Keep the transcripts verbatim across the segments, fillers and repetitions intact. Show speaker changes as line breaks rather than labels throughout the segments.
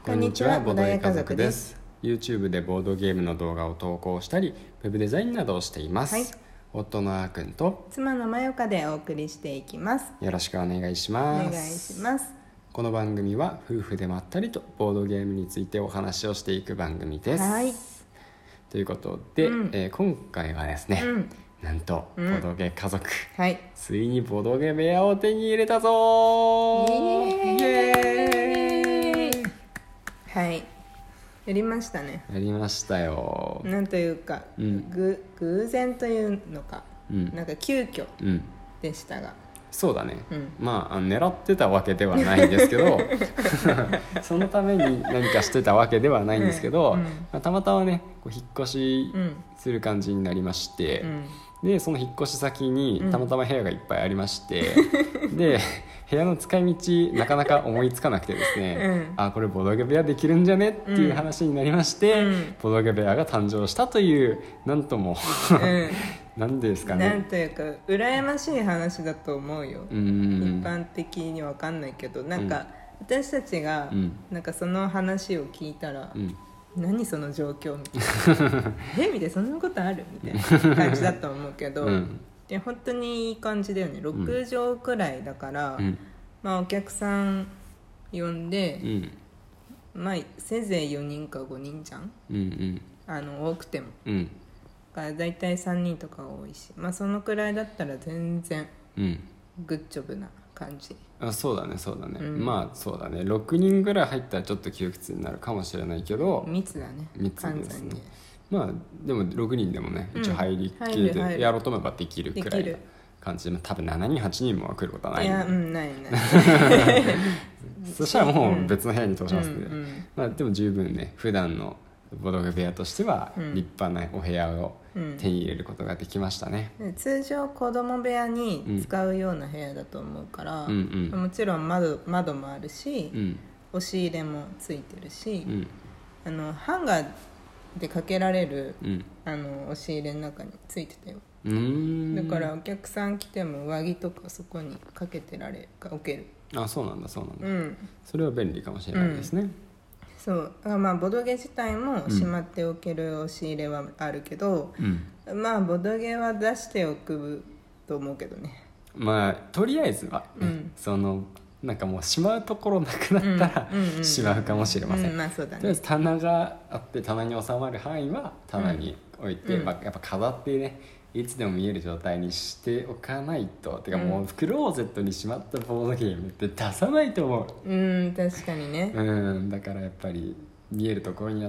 こんにちは、ボドゲ家族です。 YouTube でボードゲームの動画を投稿したりウェブデザインなどをしています、はい、夫のあーくんと
妻のまよかでお送りしていきます。
よろしくお願いします。
お願いします。
この番組は夫婦でまったりとボードゲームについてお話をしていく番組です、
はい、
ということで、
うん
えー、今回はですね、うん、なんとボドゲ家族、
うん、はい、
ついにボドゲ部屋を手に入れたぞー。
イエーイ、
イエーイ。
はい、やりましたね。
やりましたよ。
なんというか、うん、ぐ偶然というのか、うん、なんか急遽でしたが、うん、
そうだね、うん、まあ狙ってたわけではないんですけどそのために何かしてたわけではないんですけど、うんうん、まあ、たまたまねこう引っ越しする感じになりまして、うん、でその引っ越し先にたまたま部屋がいっぱいありまして、うん、で部屋の使い道なかなか思いつかなくてですね、うん、あこれボドゲ部屋できるんじゃねっていう話になりまして、うん、ボドゲ部屋が誕生したというなんとも、うんなんでですかね、
なんというか羨ましい話だと思うよ。
うん、
一般的に分かんないけど、なんか、うん、私たちが、うん、なんかその話を聞いたら、うん、何その状況みたいなテレビでそんなことあるみたいな感じだと思うけど、うん、で本当にいい感じだよね。ろくじょうくらいだから、うん、まあ、お客さん呼んで、うん、まあ、せいぜいよにんかごにんじゃん、うんうん、あの多くても、うん、だいたいさんにんとかが多いし、まあ、そのくらいだったら全然グッジョブな感じ、
うん、あそうだねそうだね、うん、まあそうだねろくにんぐらい入ったらちょっと窮屈になるかもしれないけど
密だね。
密ですね。まあでもろくにんでもね一応入りきれてやろうと思えばできるくらいの感じで、多分しちにんはちにんも来ることはない。
いや、うん、ないない
そしたらもう別の部屋に通しますので、うんうんうん、まあ、でも十分ね普段のボドゲ部屋としては立派なお部屋を手に入れることができましたね、
うん、通常子供部屋に使うような部屋だと思うから、うんうん、もちろん 窓, 窓もあるし、うん、押し入れもついてるし、うん、あのハンガーでかけられる、うん、あの押し入れの中についてたよ。うーん、だからお客さん来ても上着とかそこにかけてられ置ける。
あ、そうなんだそうなんだ、
うん、そ
れは便利かもしれないですね、うん、
そうまあボドゲ自体もしまっておける押し入れはあるけど、うん、まあボドゲは出しておくと思うけどね。
まあとりあえずは、ね、うん、そのなんかもうしまうところなくなったら、うんうんうん、しまうかもしれません、
うん、まあそうだね、
とりあえず棚があって棚に収まる範囲は棚に置いて、うん、まあ、やっぱ飾ってねいつでも見える状態にしておかないと、てかもうクローゼットにしまったボードゲームって出さないと思
う。うん確かにね、
うん、だからやっぱり見えるところにあって、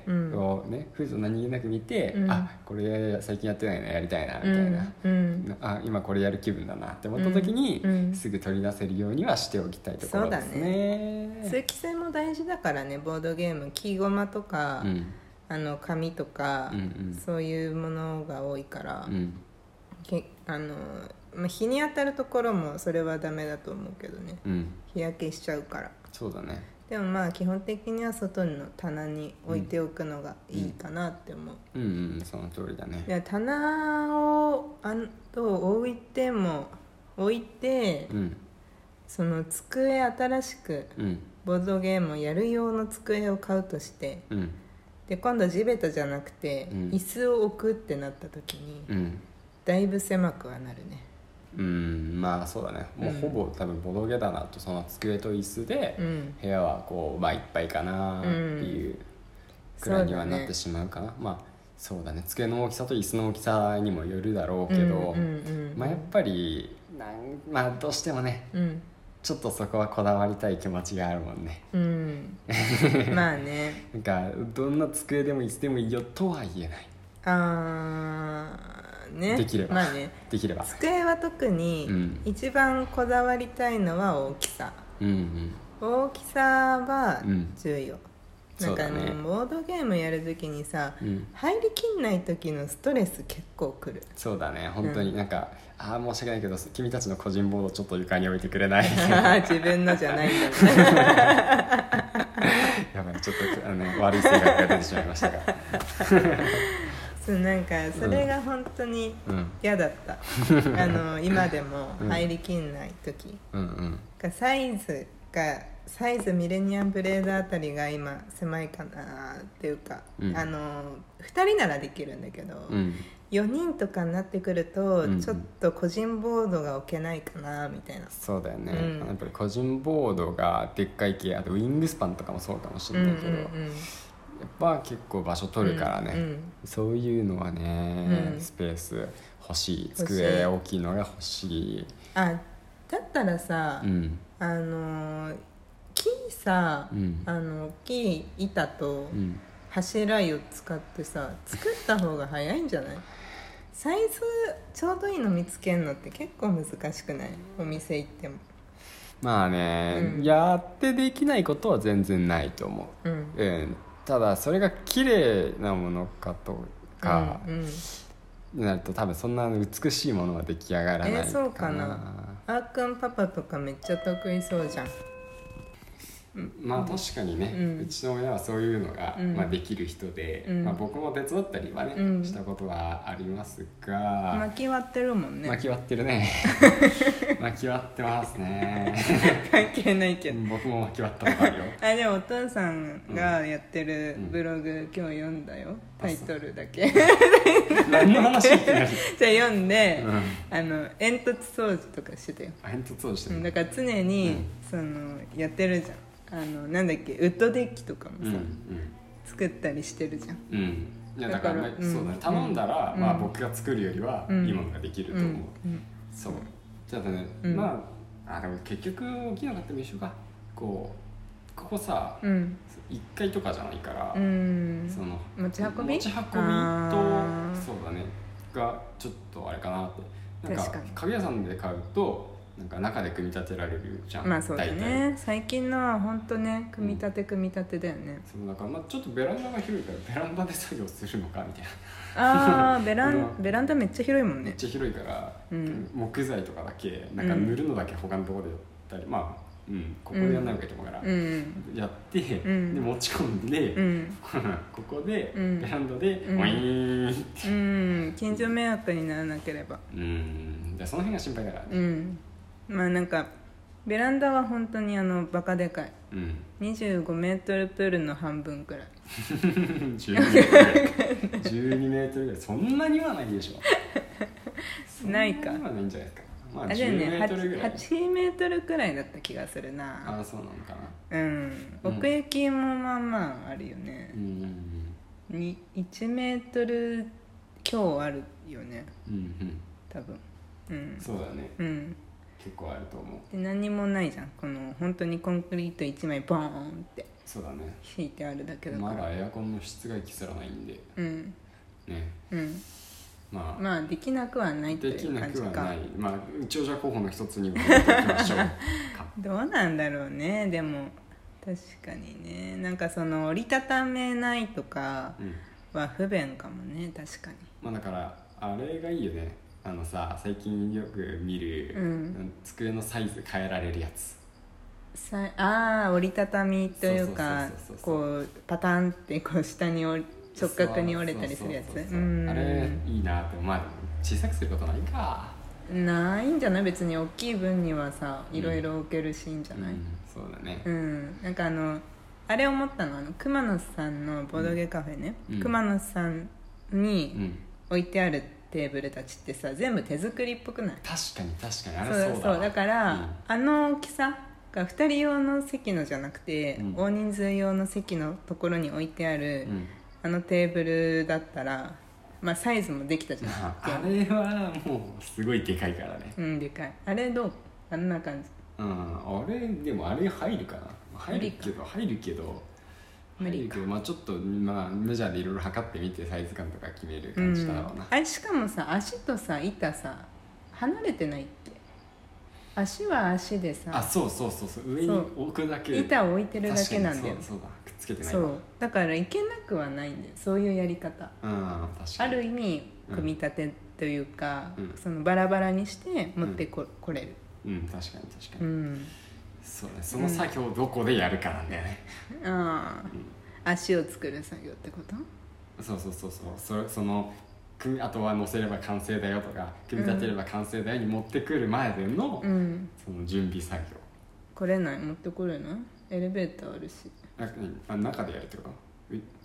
うん、こうね、ふと何気なく見て、うん、あこれ最近やってないのやりたいなみたいな、うん、あ今これやる気分だなって思った時に、うん、すぐ取り出せるようにはしておきたいところですね。そうだね、
通気性も大事だからね。ボードゲーム木ごまとか、うん、あの紙とか、うんうん、そういうものが多いから、うん、けあのまあ、日に当たるところもそれはダメだと思うけどね、うん、日焼けしちゃうから。
そうだね。
でもまあ基本的には外の棚に置いておくのがいいかなって思う、
うん、うんうん、その通りだね。
いや棚をあんと置いても置いて、うん、その机新しくボードゲームをやる用の机を買うとして、うん、で今度地べたじゃなくて、うん、椅子を置くってなった時に、うん、だいぶ狭くはなるね。
うん、まあそうだね。もうほぼ、うん、多分ボドゲ棚とその机と椅子で、うん、部屋はこう、まあ、いっぱいかなっていうくらいにはなってしまうかな、うん、まあそうだね。机の大きさと椅子の大きさにもよるだろうけど、うんうんうんうん、まあやっぱりなん、まあ、どうしてもね、うん、ちょっとそこはこだわりたい気持ちがあるもんね、
うん、まあね
なんかどんな机でも椅子でもいいよとは言えない。
あね、
できれば、
まあね、
できれば
机は特に一番こだわりたいのは大きさ、うんうん、大きさは重要、うん、なんかあの、ね、ボードゲームやるときにさ、うん、入りきんない時のストレス結構くる。
そうだね本当に、うん、なんかああ申し訳ないけど君たちの個人ボードちょっと床に置いてくれない
自分のじゃないんだ
やばいちょっとあの悪い性格が出てしまいましたが
なんかそれが本当に嫌だった、うん、あの今でも入りきんない時、うんうん、サイズがサイズミレニアムブレードあたりが今狭いかなっていうか、うん、あのふたりならできるんだけど、うん、よにんとかになってくると、うん、ちょっと個人ボードが置けないかなみたいな。
そうだよね、うん、やっぱり個人ボードがでっかい系、あとウィングスパンとかもそうかもしれないけど、うんうんうん、やっぱ結構場所取るからね、うんうん、そういうのはね、うん、スペース欲しい、机大きいのが欲しい。
あ、だったらさ、うん、あの木さ、うん、あの大きい板と柱を使ってさ作った方が早いんじゃない？サイズちょうどいいの見つけるのって結構難しくない？お店行っても。
まあね、うん、やってできないことは全然ないと思う、うんうん、ただそれが綺麗なものかとか、うんうん、なると多分そんな美しいものは出来上がらないかな。
えー、そうかな。あーくんパパとかめっちゃ得意そうじゃん。
まあ確かにね、うん、うちの親はそういうのが、うんまあ、できる人で、うんまあ、僕も手伝ったりはね、うん、したことはありますが、
巻き割ってるもんね。
巻き割ってるね巻き割ってますね
関係ないけど
僕も巻き割ったことあるよ
あでもお父さんがやってるブログ、うん、今日読んだよ、タイトルだけ
何の話言ってない
じゃあ読んで、うん、あの煙突掃除とかしてたよ。
煙突掃除してる、
だから常に、うん、そのやってるじゃん。あのなんだっけウッドデッキとかもさ、うんうん、作ったりしてるじゃん、うん、
いやだから、だから、そうだね、頼んだら、うんまあ、僕が作るよりはいいものができると思う、うんうん、そうじゃあね、うん、まああでも結局大きいの買っても一緒か。こうここさ、うん、いっかいとかじゃないから、うん、その
持ち運び
持ち運びとそうだねがちょっとあれかなって。なんか家具屋さんで買うとなんか中で組み立てられるじゃん。
まあそうだね。最近のは本当ね組み立て組み立てだよね、
うん、そうだからまあちょっとベランダが広いからベランダで作業するのかみたい
な。ああベランベランダめっちゃ広いもんね。
めっちゃ広いから、うん、木材とかだけなんか塗るのだけ他のところでやったり、うん、まあうんここでやんないわけと思うから、うん、やって、うん、で持ち込んで、うん、ここで、うん、ベランダでウィーンって、うん、
近所迷惑にならなければ。
うんでその辺が心配だからね。
うんまあなんかベランダは本当にあのバカでかい、うん、にじゅうごメートルプールの半分くらい
じゅうにメートルぐらいじゅうにメートルぐらいそんなにはないでしょ
ないか。
そんなにはないんじゃないですか。まあじゅうメートルぐらい、
はちメートルくらいだった気がするな。
ああそうなのか
な。うん奥行きもまあまああるよね、うん、にいちメートル強あるよね、うんうん、多分、うん、
そうだね、うん結構あると思う。
で何もないじゃんこの本当にコンクリートいちまいボーンって
そうだね
引いてあるだけだから
まだエアコンの室外機すらないんでうんね
うんまあ、まあできなくはないという感じか。
できなくはない。まあ長者候補の一つにも入れておきましょう
どうなんだろうね。でも確かにねなんかその折りたためないとかは不便かもね、確かに。
まあだからあれがいいよね。あのさ最近よく見る、うん、机のサイズ変えられるやつ。
さああ折りたたみというかこうパタンってこう下に折直角に折れたりするやつ。
あれいいなって。まあ小さくすることないか。
ないんじゃない。別に大きい分にはさいろいろ置けるしいいんじゃない、うんうん、
そうだね。
うんなんかあのあれ思ったのあの熊野さんのボドゲカフェね、うん、熊野さんに置いてあるテーブルたちってさ全部手作りっぽくない？
確かに確かにあれそうだ。
そうそうだから、うん、あの大きさがふたり用の席のじゃなくて、うん、大人数用の席のところに置いてある、うん、あのテーブルだったらまあサイズもできたじゃん。
あれはもうすごいでかいからね。
うんでかい。あれどう？あんな感じ。
うんあれでもあれ入るかな。入るけど入るけど無理か。まあちょっと、まあ、メジャーでいろいろ測ってみてサイズ感とか決める感じだろうな、うん、
あれしかもさ足とさ板さ離れてないっけ？足は足でさ
あそうそうそうそう上に置くだけ
板を置いてるだけなんだよ。
そうそうだくっつけてない。
そうだからいけなくはないんだよそういうやり方、
うん、確かに
ある意味組み立てというか、うん、そのバラバラにして持ってこ、うん、これる。
うん確かに確かに、うんそうね、その作業をどこでやるかなんだよね、
うん、ああ、うん、足を作る作業ってこと？
そうそうそうそうそ, そのあとは乗せれば完成だよとか組み立てれば完成だよに持ってくる前での、うん、その準備作業。
これない持ってこれない？ エレベーターあるし。
ああ中でやるってこと、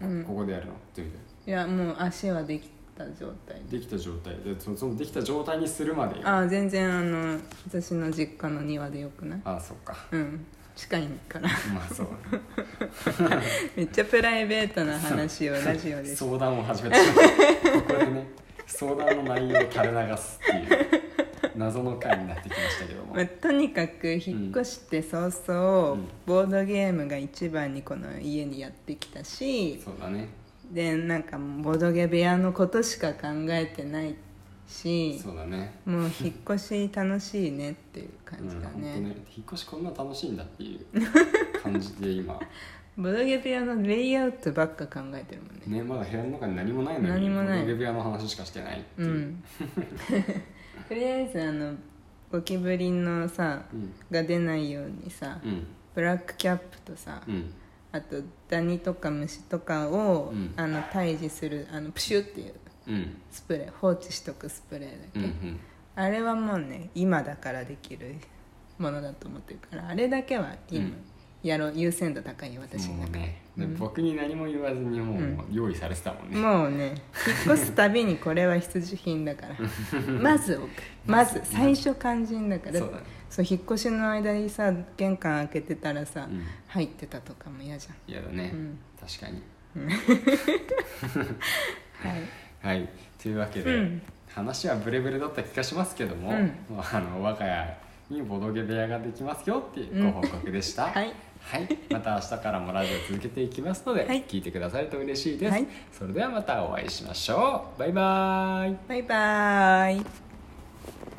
うん、ここでやるの全部。
いやもう足はできた状態
できた状態でその、そのできた状態にするまで。
ああ全然あの私の実家の庭でよくない？
ああそっか、
うん近いから
まあそう
めっちゃプライベートな話をラジオで
相談を始めてしまったここでね相談の内容を垂れ流すっていう謎の回になってきましたけども、
まあ、とにかく引っ越して早々、うん、ボードゲームが一番にこの家にやってきたし、
そうだね。
でなんかボードゲ部屋のことしか考えてないし、
そうだね、
もう引っ越し楽しいねっていう感じだね、うん、
ね引っ越しこんな楽しいんだっていう感じで今
ボドゲ部屋のレイアウトばっか考えてるもんね。
ね、まだ部屋の中に何もないのに
何もない
ボドゲ部屋の話しかしてないっていう、うん、
とりあえずあのゴキブリのさ、うん、が出ないようにさ、うん、ブラックキャップとさ、うん、あとダニとか虫とかを、うん、あの退治するあのプシュっていうスプレー、うん、放置しとくスプレーだけ、うんうん、あれはもうね今だからできるものだと思ってるから、あれだけは今、うんやろう優先度高いよ私の中で、ね
うん、僕に何も言わずにもう用意されてたもんね、
うん、もうね引っ越すたびにこれは必需品だからまず置くまず最初肝心だからそうだ、ね、そう引っ越しの間にさ玄関開けてたらさ、うん、入ってたとかも嫌じゃん。
嫌だね、うん、確かに
はい、
はい、というわけで、うん、話はブレブレだった気がしますけども、うん、あの我が家にボドゲ部屋ができますよっていうご報告でした、
うん、はい
はい、また明日からもラジオ続けていきますので、はい、聞いてくださると嬉しいです、はい、それではまたお会いしましょう。バイバーイ。
バイバーイ。